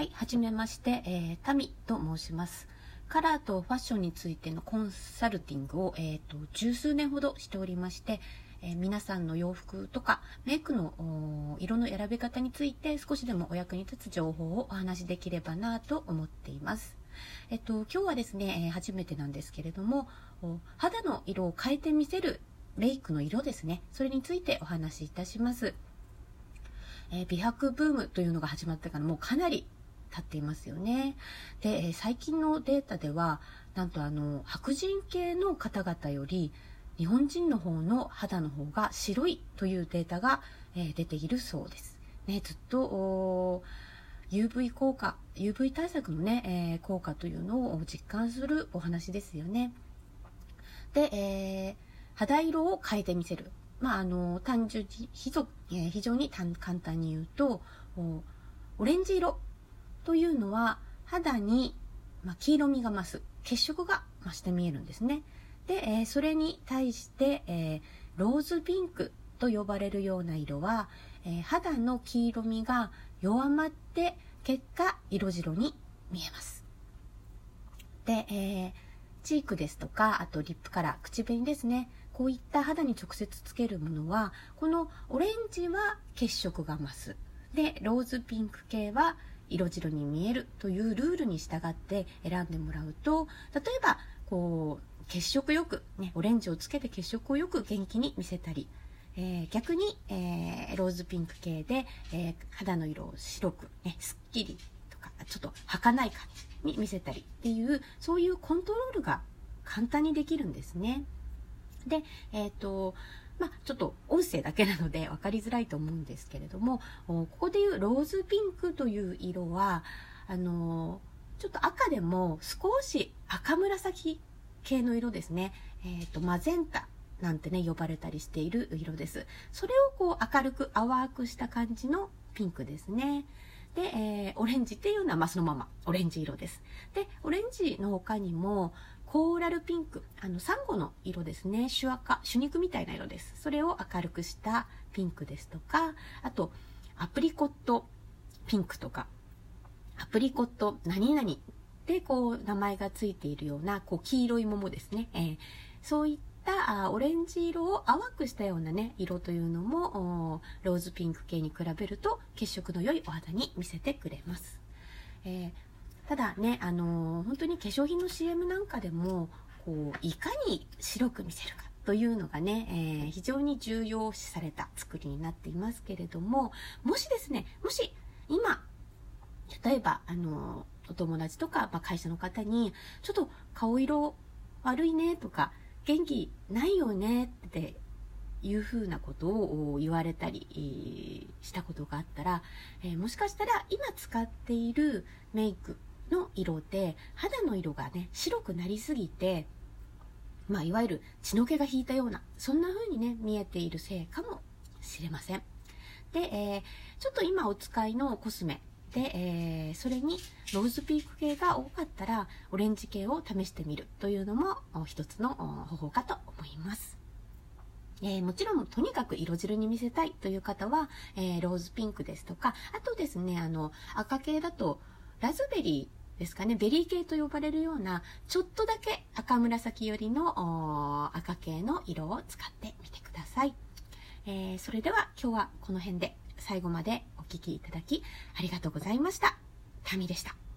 はい、はじめまして、タミと申します。カラーとファッションについてのコンサルティングを、十数年ほどしておりまして、皆さんの洋服とかメイクの色の選び方について少しでもお役に立つ情報をお話しできればなと思っています。今日はですね、初めてなんですけれども、肌の色を変えてみせるメイクの色ですね、それについてお話しいたします。美白ブームというのが始まってからもうかなり経っていますよね。で、最近のデータではなんと白人系の方々より日本人の方の肌の方が白いというデータが、出ているそうです。ね、ずっとUV 効果、UV 対策のね、効果というのを実感するお話ですよね。で、肌色を変えてみせる。単純に非常に簡単に言うと、オレンジ色というのは肌に、黄色みが増す、血色が増して見えるんですね。で、それに対して、ローズピンクと呼ばれるような色は、肌の黄色みが弱まって結果色白に見えます。で、チークですとか、あとリップカラー、口紅ですね、こういった肌に直接つけるものはこのオレンジは血色が増す、でローズピンク系は色白に見えるというルールに従って選んでもらうと、例えば血色よく、ね、オレンジをつけて血色をよく元気に見せたり、逆に、ローズピンク系で、肌の色を白く、ね、すっきりとかちょっと儚い感じに見せたりっていう、そういうコントロールが簡単にできるんですね。で、ちょっと音声だけなので分かりづらいと思うんですけれども、ここでいうローズピンクという色はちょっと赤でも少し赤紫系の色ですね。マゼンタなんてね呼ばれたりしている色です。それを明るく淡くした感じのピンクですね。で、オレンジっていうのはそのままオレンジ色です。で、オレンジの他にもコーラルピンク、サンゴの色ですね。朱赤、朱肉みたいな色です。それを明るくしたピンクですとか、あとアプリコットピンクとか、アプリコット何々で名前がついているような黄色い桃ですね。そういったオレンジ色を淡くしたようなね色というのもローズピンク系に比べると血色の良いお肌に見せてくれます。ただね、本当に化粧品の CM なんかでもいかに白く見せるかというのがね、非常に重要視された作りになっていますけれども、もし今例えばお友達とか、会社の方にちょっと顔色悪いねとか元気ないよねっていうふうなことを言われたりしたことがあったら、もしかしたら今使っているメイクの色で肌の色がね白くなりすぎて、いわゆる血の気が引いたような、そんな風にね見えているせいかもしれません。で、ちょっと今お使いのコスメで、それにローズピンク系が多かったらオレンジ系を試してみるというのも一つの方法かと思います。もちろんとにかく色白に見せたいという方は、ローズピンクですとか、あとですね赤系だとラズベリーですかね、ベリー系と呼ばれるようなちょっとだけ赤紫寄りの赤系の色を使ってみてください。それでは今日はこの辺で最後までお聞きいただきありがとうございました。タミでした。